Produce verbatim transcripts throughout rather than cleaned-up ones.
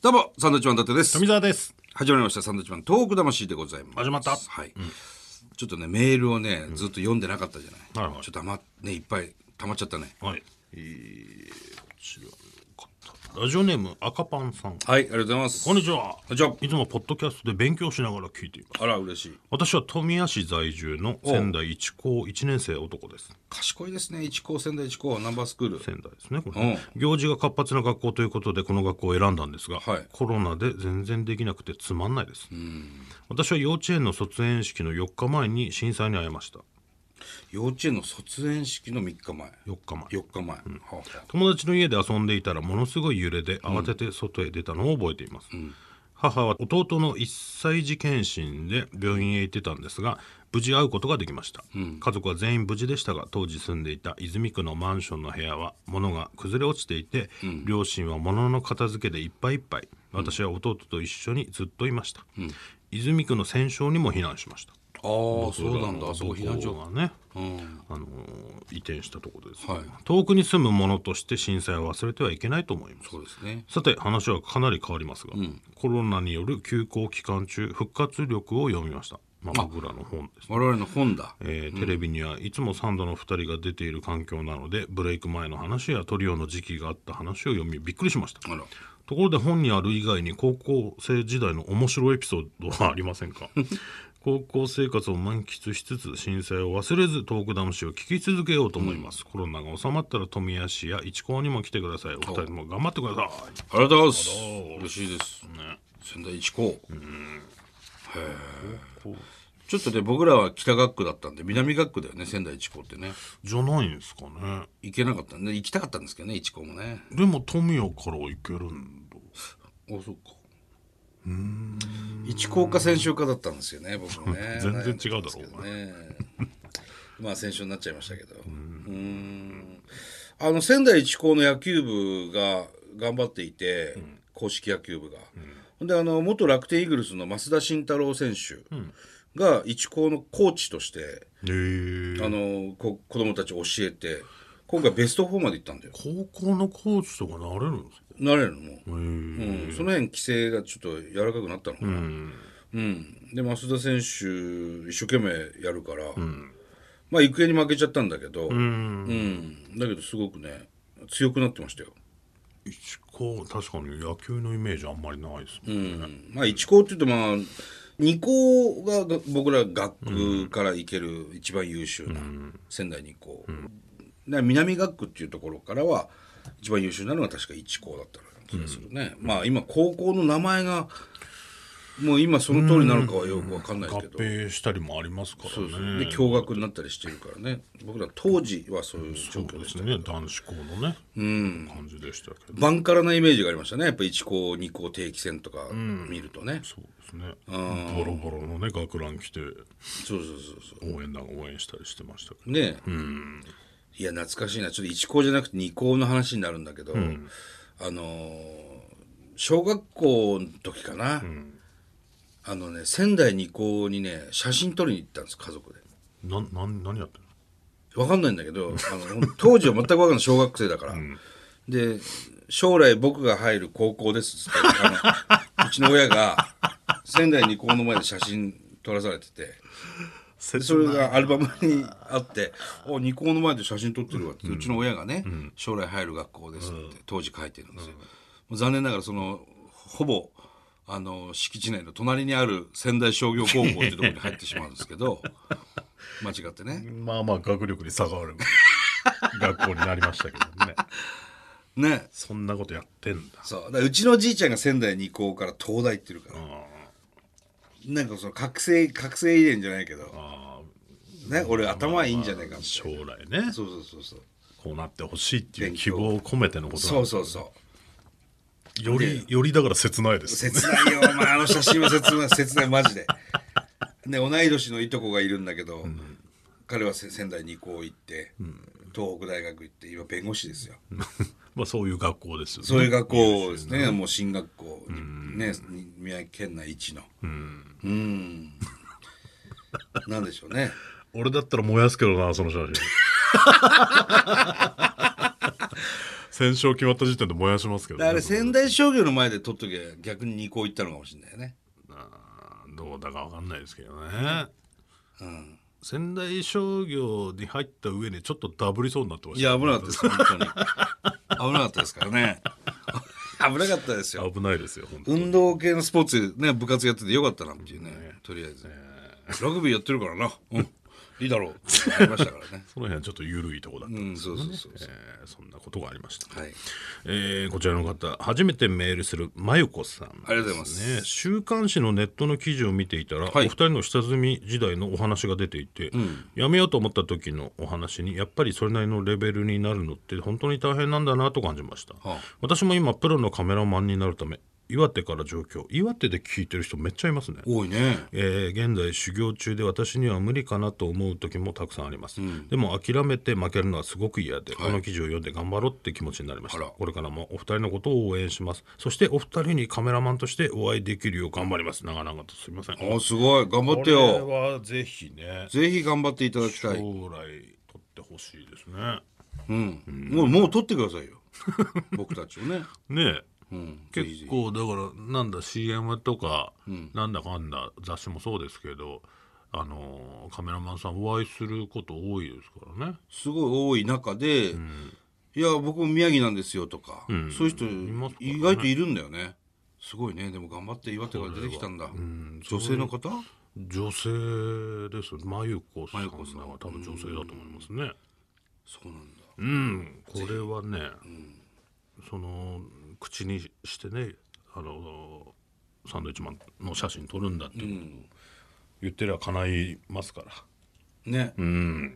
どうもサンドウィッチマン伊達です。 富澤です。 始まりましたサンドウィッチマントーク魂でございます。 始まった。 はい、うん、ちょっとねメールをねずっと読んでなかったじゃない、うん、はいはい、ちょっとたまねいっぱい溜まっちゃったね。 はい、えー、こちらの方ラジオネーム赤パンさん。 はい、ありがとうございます。 こんにちは。 こんにちは。 いつもポッドキャストで勉強しながら聞いています。 あら嬉しい。 私は富谷市在住の仙台一高いちねん生男です。 賢いですね。一高、仙台一高ナンバースクール仙台ですねこれ、うん、行事が活発な学校ということでこの学校を選んだんですが、はい、コロナで全然できなくてつまんないです。うん、私は幼稚園の卒園式のよっかまえに震災に遭いました。 幼稚園の卒園式のみっかまえ。 よっかまえ。 よっかまえ、うんはあ、 友達の家で遊んでいたらものすごい揺れで慌てて外へ出たのを覚えています。うん、母は弟のいっさい児検診で病院へ行ってたんですが無事会うことができました。うん、家族は全員無事でしたが当時住んでいた泉区のマンションの部屋は物が崩れ落ちていて、うん、両親は物の片付けでいっぱいいっぱい。私は弟と一緒にずっといました。うん、泉区の戦勝にも避難しました。 ああそうなんだ。そう避難所がね、うん、あのー、移転したところです、ね、はい、遠くに住む者として震災を忘れてはいけないと思います。 そうですね。 さて話はかなり変わりますが、うん、コロナによる休校期間中復活力を読みました。まあ、僕らの本ですね。 我々の本だ、 えー、テレビにはいつもサンドのふたりが出ている環境なのでブレイク前の話やトリオの時期があった話を読みびっくりしました。あらところで本にある以外に高校生時代の面白いエピソードはありませんか？高校生活を満喫しつつ震災を忘れずトーク魂を聞き続けようと思います。うん、コロナが収まったら富谷市や一高にも来てください。お二人も頑張ってください。 ありがとうございます。嬉しいです、ね、仙台一高。うん、へえ。ちょっとね僕らは北学区だったんで南学区だよね仙台一高ってね。 じゃないんですかね。 行けなかったんで行きたかったんですけどね一高もね。 でも富谷からは行けるんだ。 あそうか。うーん一高か専修かだったんですよね僕もね。 全然違うだろうね。まあ専修になっちゃいましたけど。うーんあの仙台一高の野球部が頑張っていて、うん、公式野球部が、うん、であの元楽天イーグルスの増田慎太郎選手が一高のコーチとして、うん、あのこ子供たちを教えて今回ベストフォーまで行ったんだよ。 高校のコーチとかなれるんですか？ なれるの、うん、その辺規制がちょっと柔らかくなったのかな。うんうん、で増田選手一生懸命やるから、うん、まあ育英に負けちゃったんだけど、うん、うん、だけどすごくね強くなってましたよ。 一高確かに野球のイメージあんまりないですね。うん、 まあ一高って言うとまあ二高が僕ら学区から行ける一番優秀な、うん、仙台二高、うん、で南学区っていうところからは一番優秀なのが確か一高だった気がするね。うん、まあ今高校の名前がもう今その通りなのかはよく分かんないけど、 合併したりもありますからね。 そうそうで共学になったりしてるからね。僕ら当時はそういう状況でしたけど、 そうですね、男子校のね、うん、感じでしたけどバンカラなイメージがありましたね。やっぱ一高二高定期戦とか見るとね、うん、 そうですね、ボロボロのね学ラン着てそうそうそうそう応援団が応援したりしてましたけどね。うん、いや懐かしいな。ちょっと一高じゃなくて二高の話になるんだけど、うん、あのー、小学校の時かな、うん、あのね仙台二高にね写真撮りに行ったんです家族で。 なな何やってるの分かんないんだけどあの当時は全く分かんない小学生だから、うん、で将来僕が入る高校ですってあのうちの親が仙台二高の前で写真撮らされててそれがアルバムにあってお二高の前で写真撮ってるわって、うん、うちの親がね、うん、将来入る学校ですって当時書いてるんですよ。うん、もう残念ながらそのほぼあの敷地内の隣にある仙台商業高校っていうところに入ってしまうんですけど間違ってね。 まあまあ学力に差がある学校になりましたけどね。 ね、 そんなことやってんだ。 そうだうちのじいちゃんが仙台二高から東大行ってるから、なんかその覚醒覚醒遺伝じゃないけど、あね、俺頭いいんじゃないかみたいな、 将来ね。 そうそうそうそうこうなってほしいっていう希望を込めてのことなんですよね。 そうそうそうよりよりだから切ないです、 ね、切ないよ、まあ、あの写真は切ない切ないマジで、ね、同い年のいとこがいるんだけど、うん、彼は仙台二高行って、うん、東北大学行って今弁護士ですよ。 まあそういう学校ですよね。 そういう学校ですね。もう進学校、うん、ね、宮城県内一の、うん、うんなんでしょうね。 俺だったら燃やすけどなその写真。 戦勝決まった時点で燃やしますけど、ね、 あれ仙台商業の前で取っときゃ逆ににこ行ったのかもしれないよね。 あどうだか分かんないですけどね、 うん、 仙台商業に入った上にちょっとダブりそうになってました、 ね、いや危なかったです本当に危なかったですからね危なかったですよ。 危ないですよ本当に。 運動系のスポーツね部活やっててよかったなっていうね、ねとりあえず、えー、ラグビーやってるからな、うん、いいだろうってありましたからねその辺はちょっと緩いとこだったんですけどね、うん、そうそうそうそう、えー、そんなことがありました、はいえー、こちらの方初めてメールするまゆこさん、ね、 ありがとうございます。 週刊誌のネットの記事を見ていたら、はい、お二人の下積み時代のお話が出ていて、うん、やめようと思った時のお話にやっぱりそれなりのレベルになるのって本当に大変なんだなと感じました、はあ、私も今プロのカメラマンになるため岩手から上京。岩手で聞いてる人めっちゃいますね。 多いね、 えー、現在修行中で私には無理かなと思う時もたくさんあります、うん、でも諦めて負けるのはすごく嫌で、はい、この記事を読んで頑張ろうって気持ちになりました。これからもお二人のことを応援します。そしてお二人にカメラマンとしてお会いできるよう頑張ります。長々とすみません。 あすごい頑張ってよ。 これはぜひねぜひ頑張っていただきたい。 将来撮ってほしいですね、 うんうん、もうもう撮ってくださいよ僕たちをねねえうん、結構だからなんだ シーエム とか、うん、なんだかんだ雑誌もそうですけど、あのー、カメラマンさんお会いすること多いですからね。 すごい多い中で、うん、いや僕も宮城なんですよとか、うん、そういう人意外といるんだよね。すごいね。でも頑張って岩手から出てきたんだ、うん、女性の方女性ですまゆこさんは多分女性だと思いますね、うん、 そうなんだ。 うんこれはね、うん、その口にしてねあのサンドイッチマンの写真撮るんだっていうのを言ってりゃ叶いますからね、うん、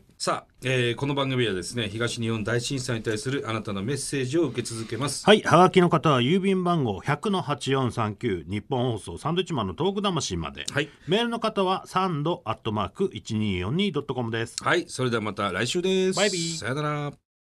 さあ、えー、この番組はですね東日本大震災に対するあなたのメッセージを受け続けます。 はい、はがきの方は郵便番号 ひゃくのはちよんさんきゅう 日本放送サンドイッチマンのトーク魂まで、はい、メールの方はサンドアットマーク いちにーよんにードットコム です。 はい、それではまた来週です。 バイビー。 さよなら。